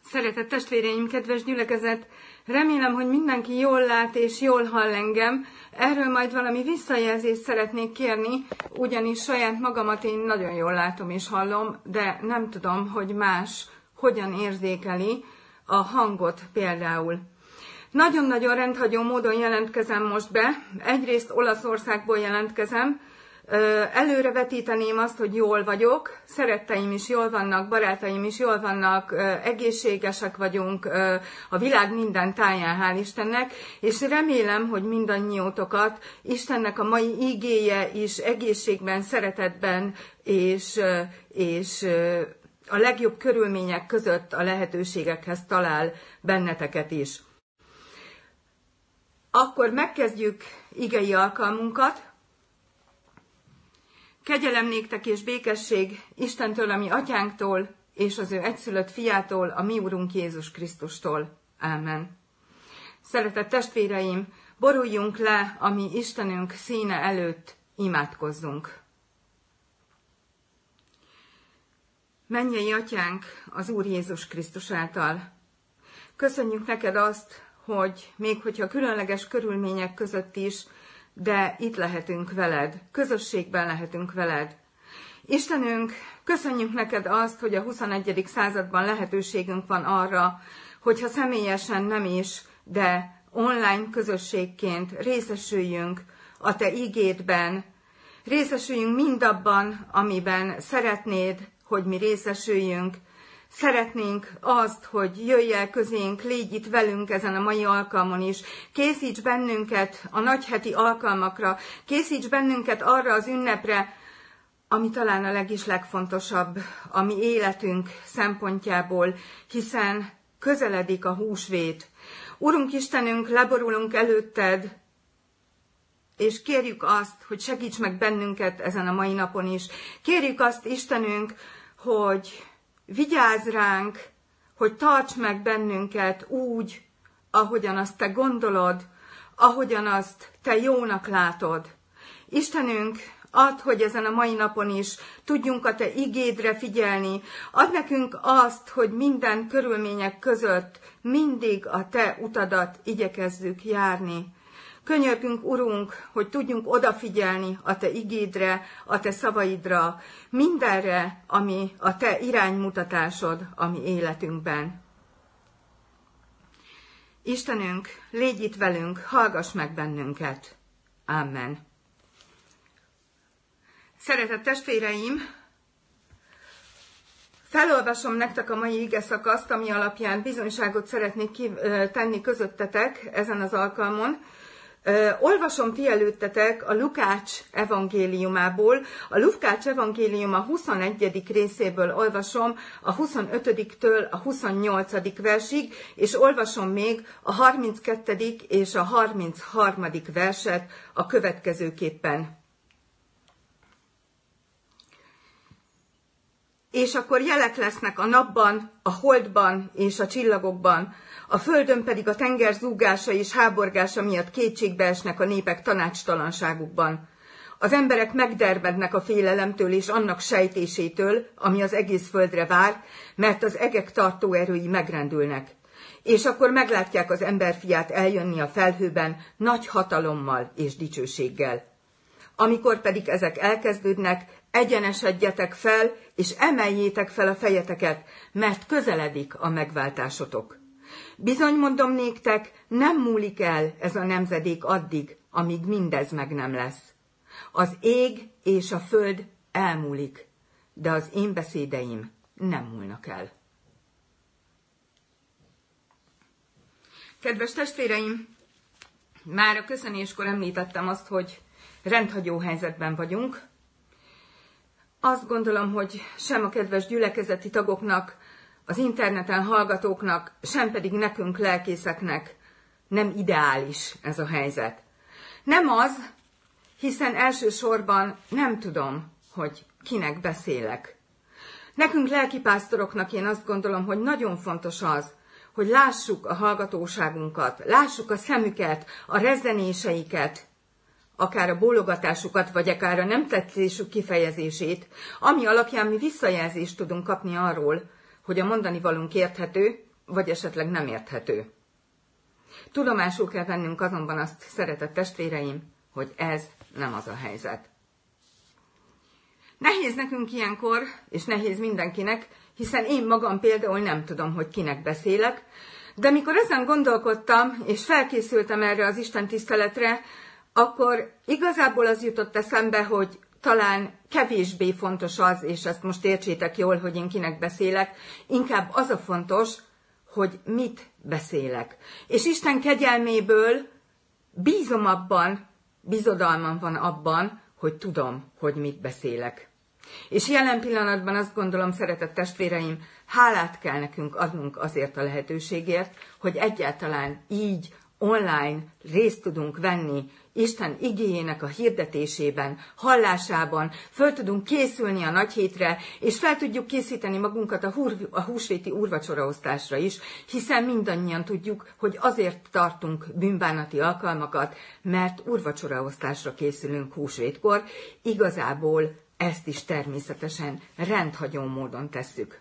Szeretett testvéreim, kedves gyülekezet! Remélem, hogy mindenki jól lát és jól hall engem. Erről majd valami visszajelzést szeretnék kérni, ugyanis saját magamat én nagyon jól látom és hallom, de nem tudom, hogy más hogyan érzékeli a hangot például. Nagyon-nagyon rendhagyó módon jelentkezem most be. Egyrészt Olaszországból jelentkezem. Előre vetíteném azt, hogy jól vagyok, szeretteim is jól vannak, barátaim is jól vannak, egészségesek vagyunk a világ minden táján, hál' Istennek, és remélem, hogy mindannyiótokat Istennek a mai igéje is egészségben, szeretetben és a legjobb körülmények között a lehetőségekhez talál benneteket is. Akkor megkezdjük igei alkalmunkat. Kegyelem néktek és békesség Istentől, a mi atyánktól, és az ő egyszülött fiától, a mi Urunk Jézus Krisztustól. Ámen. Szeretett testvéreim, boruljunk le a mi Istenünk színe előtt, imádkozzunk. Mennyei atyánk az Úr Jézus Krisztus által. Köszönjük neked azt, hogy még hogyha különleges körülmények között is, de itt lehetünk veled, közösségben lehetünk veled. Istenünk, köszönjük neked azt, hogy a 21. században lehetőségünk van arra, hogyha személyesen nem is, de online közösségként részesüljünk a te igédben, részesüljünk mindabban, amiben szeretnéd, hogy mi részesüljünk. Szeretnénk azt, hogy jöjj el közénk, légy itt velünk ezen a mai alkalmon is. Készíts bennünket a nagyheti alkalmakra, készíts bennünket arra az ünnepre, ami talán a legfontosabb a mi életünk szempontjából, hiszen közeledik a húsvét. Urunk Istenünk, leborulunk előtted, és kérjük azt, hogy segíts meg bennünket ezen a mai napon is. Kérjük azt, Istenünk, hogy vigyázz ránk, hogy tarts meg bennünket úgy, ahogyan azt te gondolod, ahogyan azt te jónak látod. Istenünk, add, hogy ezen a mai napon is tudjunk a te igédre figyelni. Add nekünk azt, hogy minden körülmények között mindig a te utadat igyekezzük járni. Könyörgünk, Urunk, hogy tudjunk odafigyelni a te igédre, a te szavaidra, mindenre, ami a te iránymutatásod a mi életünkben. Istenünk, légy itt velünk, hallgass meg bennünket. Amen. Szeretett testvéreim, felolvasom nektek a mai igeszakaszt, ami alapján bizonyságot szeretnék tenni közöttetek ezen az alkalmon. Olvasom ti előttetek a Lukács evangéliumából. A Lukács evangéliuma 21. részéből olvasom a 25-től a 28. versig, és olvasom még a 32. és a 33. verset a következőképpen. És akkor jelek lesznek a napban, a holdban és a csillagokban, a földön pedig a tenger zúgása és háborgása miatt kétségbe esnek a népek tanácstalanságukban. Az emberek megdermednek a félelemtől és annak sejtésétől, ami az egész földre vár, mert az egek tartó erői megrendülnek. És akkor meglátják az emberfiát eljönni a felhőben nagy hatalommal és dicsőséggel. Amikor pedig ezek elkezdődnek, egyenesedjetek fel, és emeljétek fel a fejeteket, mert közeledik a megváltásotok. Bizony mondom néktek, nem múlik el ez a nemzedék addig, amíg mindez meg nem lesz. Az ég és a föld elmúlik, de az én beszédeim nem múlnak el. Kedves testvéreim, már a köszönéskor említettem azt, hogy rendhagyó helyzetben vagyunk. Azt gondolom, hogy sem a kedves gyülekezeti tagoknak, az interneten hallgatóknak, sem pedig nekünk lelkészeknek nem ideális ez a helyzet. Nem az, hiszen elsősorban nem tudom, hogy kinek beszélek. Nekünk lelkipásztoroknak én azt gondolom, hogy nagyon fontos az, hogy lássuk a hallgatóságunkat, lássuk a szemüket, a rezzenéseiket, akár a bólogatásukat, vagy akár a nem tetszésük kifejezését, ami alapján mi visszajelzést tudunk kapni arról, hogy a mondani valunk érthető, vagy esetleg nem érthető. Tudomásul kell vennünk azonban azt, szeretett testvéreim, hogy ez nem az a helyzet. Nehéz nekünk ilyenkor, és nehéz mindenkinek, hiszen én magam például nem tudom, hogy kinek beszélek, de mikor ezen gondolkodtam, és felkészültem erre az Isten tiszteletre, akkor igazából az jutott eszembe, hogy talán kevésbé fontos az, és ezt most értsétek jól, hogy én kinek beszélek, inkább az a fontos, hogy mit beszélek. És Isten kegyelméből bízom abban, bizodalmam van abban, hogy tudom, hogy mit beszélek. És jelen pillanatban azt gondolom, szeretett testvéreim, hálát kell nekünk adnunk azért a lehetőségért, hogy egyáltalán így online részt tudunk venni Isten igéjének a hirdetésében, hallásában, föl tudunk készülni a nagyhétre, és fel tudjuk készíteni magunkat a húsvéti úrvacsoraosztásra is, hiszen mindannyian tudjuk, hogy azért tartunk bűnbánati alkalmakat, mert úrvacsoraosztásra készülünk húsvétkor, igazából ezt is természetesen rendhagyó módon tesszük.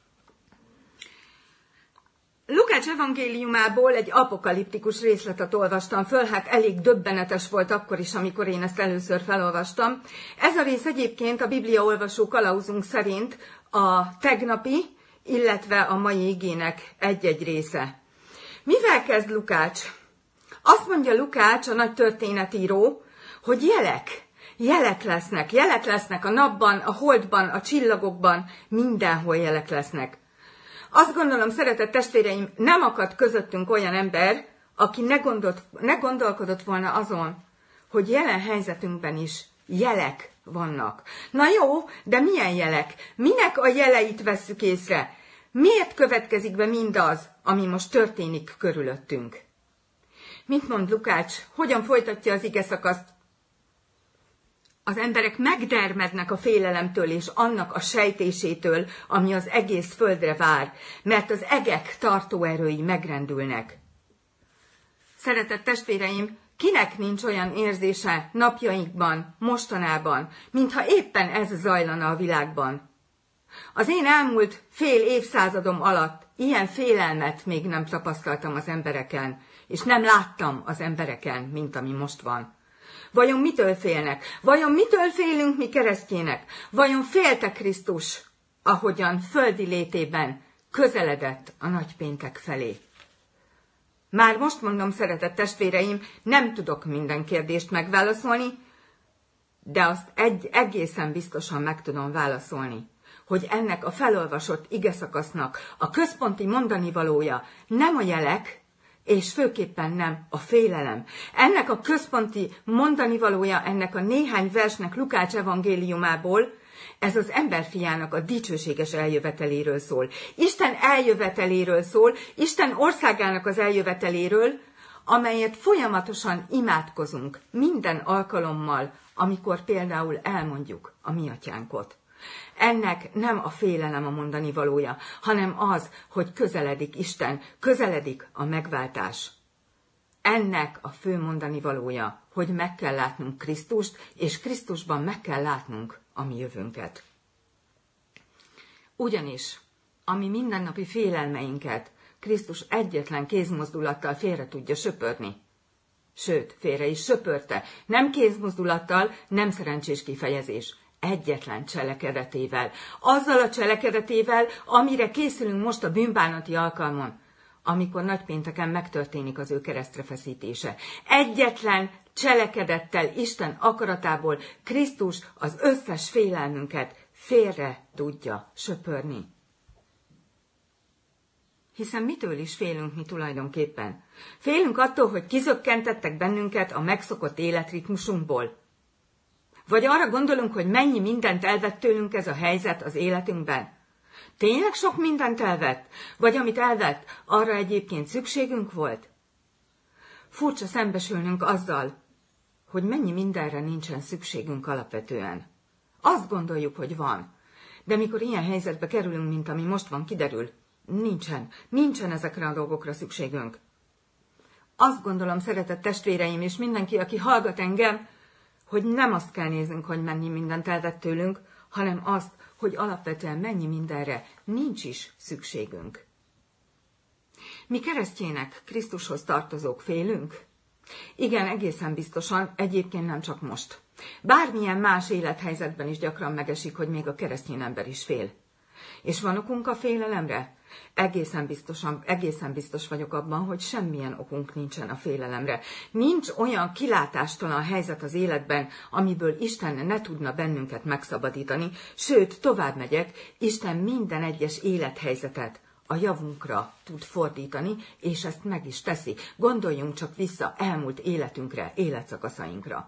Lukács evangéliumából egy apokaliptikus részletet olvastam föl, hát elég döbbenetes volt akkor is, amikor én ezt először felolvastam. Ez a rész egyébként a bibliaolvasó kalauzunk szerint a tegnapi, illetve a mai igének egy-egy része. Mivel kezd Lukács? Azt mondja Lukács, a nagy történetíró, hogy jelek lesznek a napban, a holdban, a csillagokban, mindenhol jelek lesznek. Azt gondolom, szeretett testvéreim, nem akad közöttünk olyan ember, aki ne gondolkodott volna azon, hogy jelen helyzetünkben is jelek vannak. Na jó, de milyen jelek? Minek a jeleit vesszük észre? Miért következik be mindaz, ami most történik körülöttünk? Mit mond Lukács? Hogyan folytatja az igeszakaszt? Az emberek megdermednek a félelemtől és annak a sejtésétől, ami az egész földre vár, mert az egek tartóerői megrendülnek. Szeretett testvéreim, kinek nincs olyan érzése napjainkban, mostanában, mintha éppen ez zajlana a világban? Az én elmúlt fél évszázadom alatt ilyen félelmet még nem tapasztaltam az embereken, és nem láttam az embereken, mint ami most van. Vajon mitől félnek? Vajon mitől félünk mi keresztjének? Vajon félte Krisztus, ahogyan földi létében közeledett a nagypéntek felé? Már most mondom, szeretett testvéreim, nem tudok minden kérdést megválaszolni, de azt egészen biztosan meg tudom válaszolni, hogy ennek a felolvasott igeszakasznak a központi mondanivalója nem a jelek, és főképpen nem a félelem. Ennek a központi mondanivalója, ennek a néhány versnek Lukács evangéliumából, ez az emberfiának a dicsőséges eljöveteléről szól. Isten eljöveteléről szól, Isten országának az eljöveteléről, amelyet folyamatosan imádkozunk minden alkalommal, amikor például elmondjuk a mi atyánkot. Ennek nem a félelem a mondani valója, hanem az, hogy közeledik Isten, közeledik a megváltás. Ennek a fő mondani valója, hogy meg kell látnunk Krisztust, és Krisztusban meg kell látnunk a mi jövőnket. Ugyanis, ami mindennapi félelmeinket Krisztus egyetlen kézmozdulattal félre tudja söpörni. Sőt, félre is söpörte. Nem kézmozdulattal, nem szerencsés kifejezés. Egyetlen cselekedetével. Azzal a cselekedetével, amire készülünk most a bűnbánati alkalmon, amikor nagypénteken megtörténik az ő keresztre feszítése. Egyetlen cselekedettel Isten akaratából Krisztus az összes félelmünket félre tudja söpörni. Hiszen mitől is félünk mi tulajdonképpen? Félünk attól, hogy kizökkentettek bennünket a megszokott életritmusunkból. Vagy arra gondolunk, hogy mennyi mindent elvett tőlünk ez a helyzet az életünkben? Tényleg sok mindent elvett? Vagy amit elvett, arra egyébként szükségünk volt? Furcsa szembesülnünk azzal, hogy mennyi mindenre nincsen szükségünk alapvetően. Azt gondoljuk, hogy van. De mikor ilyen helyzetbe kerülünk, mint ami most van, kiderül, nincsen ezekre a dolgokra szükségünk. Azt gondolom, szeretett testvéreim, és mindenki, aki hallgat engem, hogy nem azt kell néznünk, hogy mennyi mindent elvett tőlünk, hanem azt, hogy alapvetően mennyi mindenre nincs is szükségünk. Mi keresztjének, Krisztushoz tartozók félünk? Igen, egészen biztosan, egyébként nem csak most. Bármilyen más élethelyzetben is gyakran megesik, hogy még a keresztény ember is fél. És van okunk a félelemre? Egészen biztos vagyok abban, hogy semmilyen okunk nincsen a félelemre. Nincs olyan kilátástalan helyzet az életben, amiből Isten ne tudna bennünket megszabadítani, sőt, tovább megyek, Isten minden egyes élethelyzetet a javunkra tud fordítani, és ezt meg is teszi. Gondoljunk csak vissza elmúlt életünkre, életszakaszainkra.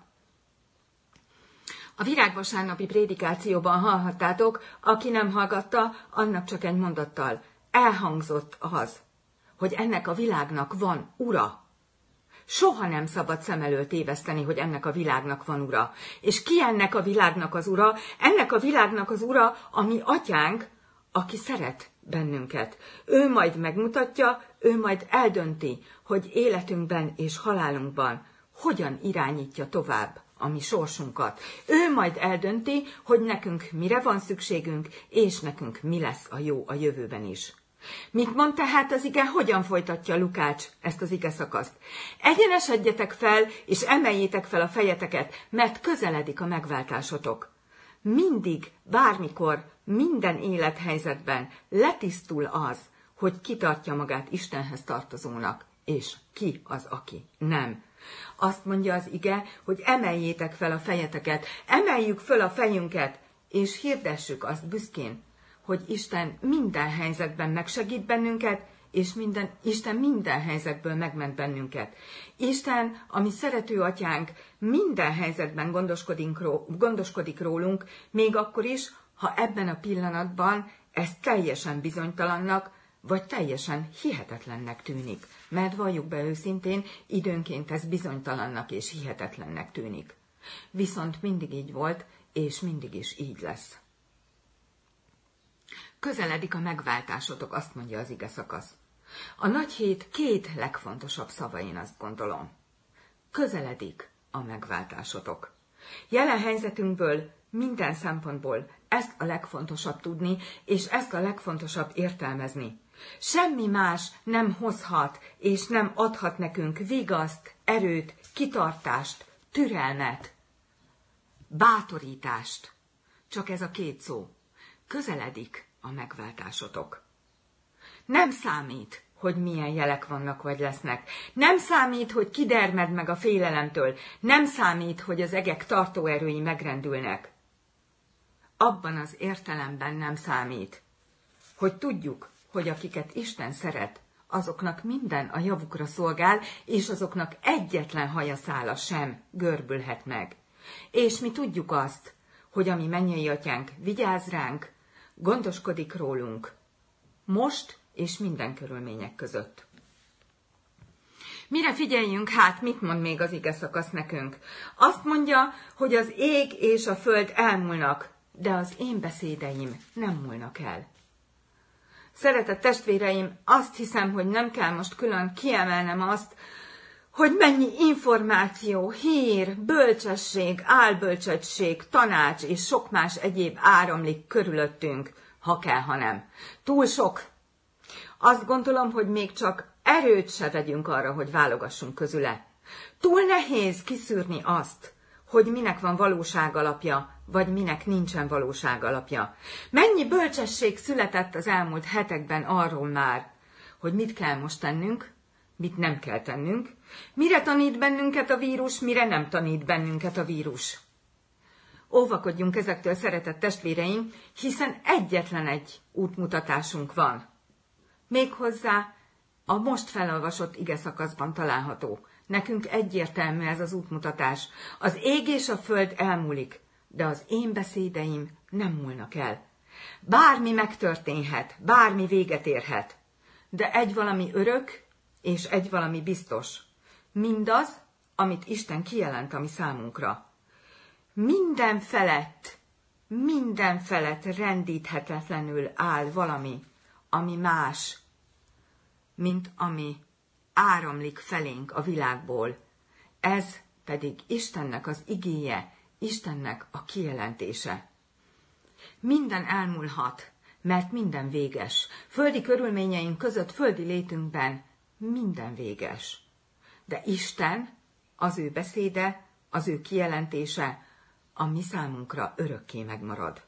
A virágvasárnapi prédikációban hallhattátok, aki nem hallgatta, annak csak egy mondattal. Elhangzott az, hogy ennek a világnak van ura. Soha nem szabad szem előtt téveszteni, hogy ennek a világnak van ura. És ki ennek a világnak az ura? Ennek a világnak az ura, a mi atyánk, aki szeret bennünket. Ő majd megmutatja, ő majd eldönti, hogy életünkben és halálunkban hogyan irányítja tovább a mi sorsunkat. Ő majd eldönti, hogy nekünk mire van szükségünk, és nekünk mi lesz a jó a jövőben is. Mit mond tehát az ige, hogyan folytatja Lukács ezt az ige szakaszt? Egyenesedjetek fel, és emeljétek fel a fejeteket, mert közeledik a megváltásotok. Mindig, bármikor, minden élethelyzetben letisztul az, hogy ki tartja magát Istenhez tartozónak, és ki az, aki nem. Azt mondja az ige, hogy emeljétek fel a fejeteket, emeljük fel a fejünket, és hirdessük azt büszkén, hogy Isten minden helyzetben megsegít bennünket, és Isten minden helyzetből megment bennünket. Isten, ami szerető atyánk, minden helyzetben gondoskodik rólunk, még akkor is, ha ebben a pillanatban ez teljesen bizonytalannak, vagy teljesen hihetetlennek tűnik. Mert valljuk be őszintén, időnként ez bizonytalannak és hihetetlennek tűnik. Viszont mindig így volt, és mindig is így lesz. Közeledik a megváltásotok, azt mondja az ige szakasz. A nagy hét két legfontosabb szava, én azt gondolom. Közeledik a megváltásotok. Jelen helyzetünkből minden szempontból ezt a legfontosabb tudni, és ezt a legfontosabb értelmezni. Semmi más nem hozhat és nem adhat nekünk vigaszt, erőt, kitartást, türelmet, bátorítást. Csak ez a két szó. Közeledik a megváltásotok. Nem számít, hogy milyen jelek vannak vagy lesznek. Nem számít, hogy kidermed meg a félelemtől. Nem számít, hogy az egek tartóerői megrendülnek. Abban az értelemben nem számít, hogy tudjuk, hogy akiket Isten szeret, azoknak minden a javukra szolgál, és azoknak egyetlen hajaszála sem görbülhet meg. És mi tudjuk azt, hogy a mi mennyei atyánk vigyáz ránk, gondoskodik rólunk, most és minden körülmények között. Mire figyeljünk hát, mit mond még az ige szakasz nekünk? Azt mondja, hogy az ég és a föld elmúlnak, de az én beszédeim nem múlnak el. Szeretett testvéreim, azt hiszem, hogy nem kell most külön kiemelnem azt, hogy mennyi információ, hír, bölcsesség, álbölcsesség, tanács és sok más egyéb áramlik körülöttünk, ha kell, ha nem. Túl sok. Azt gondolom, hogy még csak erőt se vegyünk arra, hogy válogassunk közüle. Túl nehéz kiszűrni azt, hogy minek van valóság alapja, vagy minek nincsen valóság alapja. Mennyi bölcsesség született az elmúlt hetekben arról már, hogy mit kell most tennünk, mit nem kell tennünk, mire tanít bennünket a vírus, mire nem tanít bennünket a vírus. Óvakodjunk ezektől, szeretett testvéreim, hiszen egyetlen egy útmutatásunk van. Méghozzá a most felolvasott igeszakaszban található. Nekünk egyértelmű ez az útmutatás. Az ég és a föld elmúlik, de az én beszédeim nem múlnak el. Bármi megtörténhet, bármi véget érhet, de egy valami örök, és egy valami biztos. Mindaz, amit Isten kijelent a mi számunkra. Minden felett rendíthetetlenül áll valami, ami más, mint ami áramlik felénk a világból. Ez pedig Istennek az igéje, Istennek a kijelentése. Minden elmúlhat, mert minden véges. Földi körülményeink között, földi létünkben minden véges. De Isten, az ő beszéde, az ő kijelentése, a mi számunkra örökké megmarad.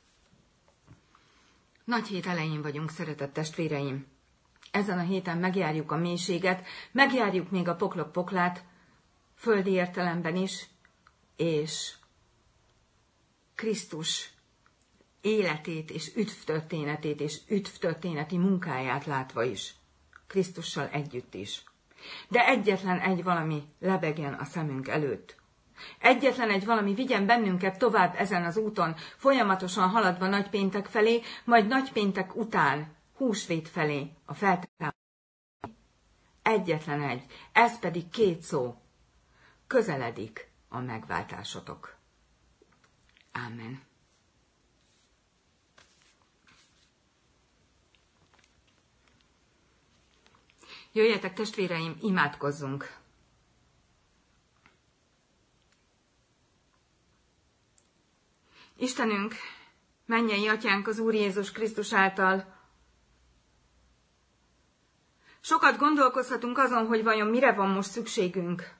Nagy hét elején vagyunk, szeretett testvéreim. Ezen a héten megjárjuk a mélységet, megjárjuk még a poklok poklát, földi értelemben is, és Krisztus életét és üdvtörténetét és üdvtörténeti munkáját látva is, Krisztussal együtt is. De egyetlen egy valami lebegjen a szemünk előtt. Egyetlen egy valami vigyen bennünket tovább ezen az úton, folyamatosan haladva nagypéntek felé, majd nagypéntek után, húsvét felé, a feltámadás. Egyetlen egy, ez pedig 2 szó. Közeledik a megváltásotok. Ámen. Jöjjetek, testvéreim, imádkozzunk! Istenünk, mennyei Atyánk az Úr Jézus Krisztus által, sokat gondolkozhatunk azon, hogy vajon mire van most szükségünk.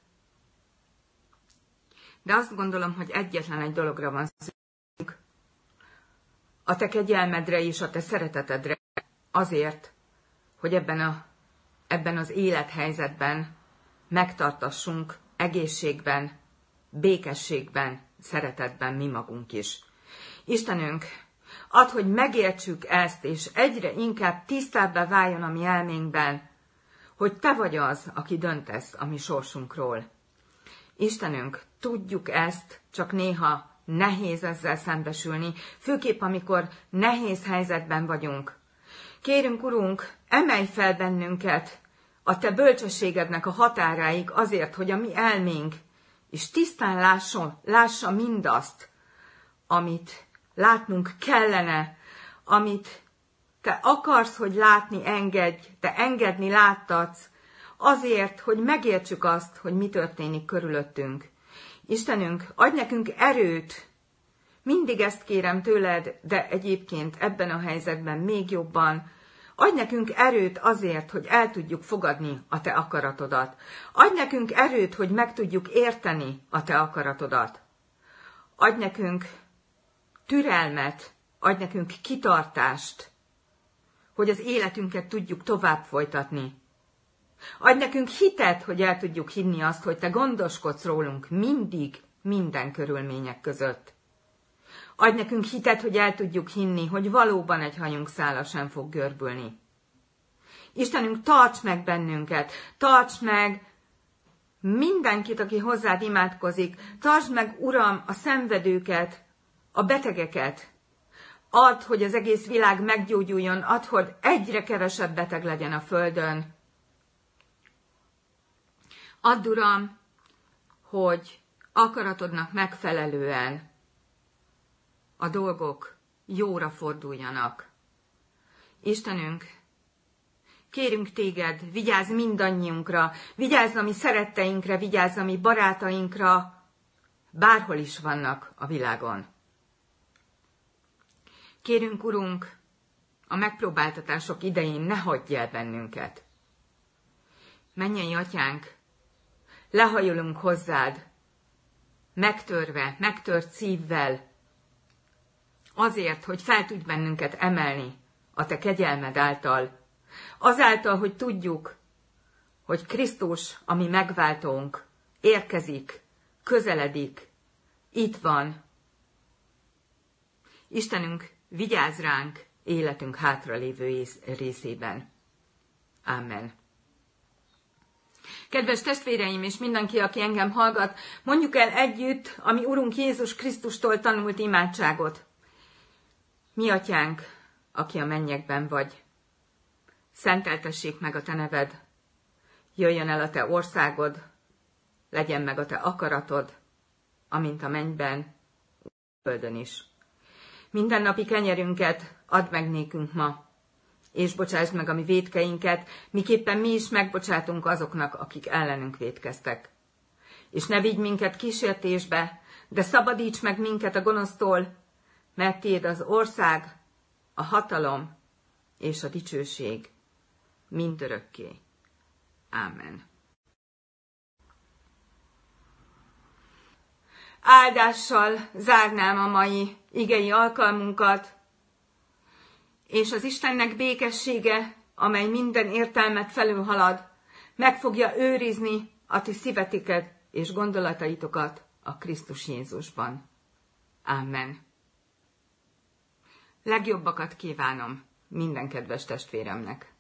De azt gondolom, hogy egyetlen egy dologra van szükségünk. A te kegyelmedre és a te szeretetedre, azért, hogy ebben az élethelyzetben megtartassunk egészségben, békességben, szeretetben mi magunk is. Istenünk, add, hogy megértsük ezt, és egyre inkább tisztábbá váljon a mi elménkben, hogy te vagy az, aki döntesz a mi sorsunkról. Istenünk, tudjuk ezt, csak néha nehéz ezzel szembesülni, főképp amikor nehéz helyzetben vagyunk. Kérünk, Urunk, emelj fel bennünket a te bölcsességednek a határáig azért, hogy a mi elménk és tisztán lássa mindazt, amit látnunk kellene, amit te akarsz, hogy látni engedj, te engedni láttatsz, azért, hogy megértsük azt, hogy mi történik körülöttünk. Istenünk, adj nekünk erőt, mindig ezt kérem tőled, de egyébként ebben a helyzetben még jobban, adj nekünk erőt azért, hogy el tudjuk fogadni a te akaratodat. Adj nekünk erőt, hogy meg tudjuk érteni a te akaratodat. Adj nekünk türelmet, adj nekünk kitartást, hogy az életünket tudjuk tovább folytatni. Adj nekünk hitet, hogy el tudjuk hinni azt, hogy te gondoskodsz rólunk mindig, minden körülmények között. Adj nekünk hitet, hogy el tudjuk hinni, hogy valóban egy hajunk szála sem fog görbülni. Istenünk, tarts meg bennünket, tarts meg mindenkit, aki hozzád imádkozik, tartsd meg, Uram, a szenvedőket, a betegeket. Add, hogy az egész világ meggyógyuljon, add, hogy egyre kevesebb beteg legyen a földön. Add, Uram, hogy akaratodnak megfelelően a dolgok jóra forduljanak. Istenünk, kérünk téged, vigyázz mindannyiunkra, vigyázz a mi szeretteinkre, vigyázz a mi barátainkra, bárhol is vannak a világon. Kérünk, Urunk, a megpróbáltatások idején ne hagyj el bennünket. Mennyei Atyánk, lehajolunk hozzád, megtörve, megtört szívvel, azért, hogy fel tudj bennünket emelni a te kegyelmed által, azáltal, hogy tudjuk, hogy Krisztus, a mi megváltónk, érkezik, közeledik, itt van. Istenünk, vigyázz ránk életünk hátralévő részében. Amen. Kedves testvéreim és mindenki, aki engem hallgat, mondjuk el együtt a mi Urunk Jézus Krisztustól tanult imádságot. Mi Atyánk, aki a mennyekben vagy, szenteltessék meg a te neved, jöjjön el a te országod, legyen meg a te akaratod, amint a mennyben, a földön is. Mindennapi kenyerünket add meg nékünk ma, és bocsásd meg a mi vétkeinket, miképpen mi is megbocsátunk azoknak, akik ellenünk vétkeztek. És ne vigy minket kísértésbe, de szabadíts meg minket a gonosztól, mert tiéd az ország, a hatalom és a dicsőség mindörökké. Ámen. Áldással zárnám a mai igei alkalmunkat, és az Istennek békessége, amely minden értelmet felülhalad, meg fogja őrizni a ti szíveteket és gondolataitokat a Krisztus Jézusban. Amen. Legjobbakat kívánom minden kedves testvéremnek.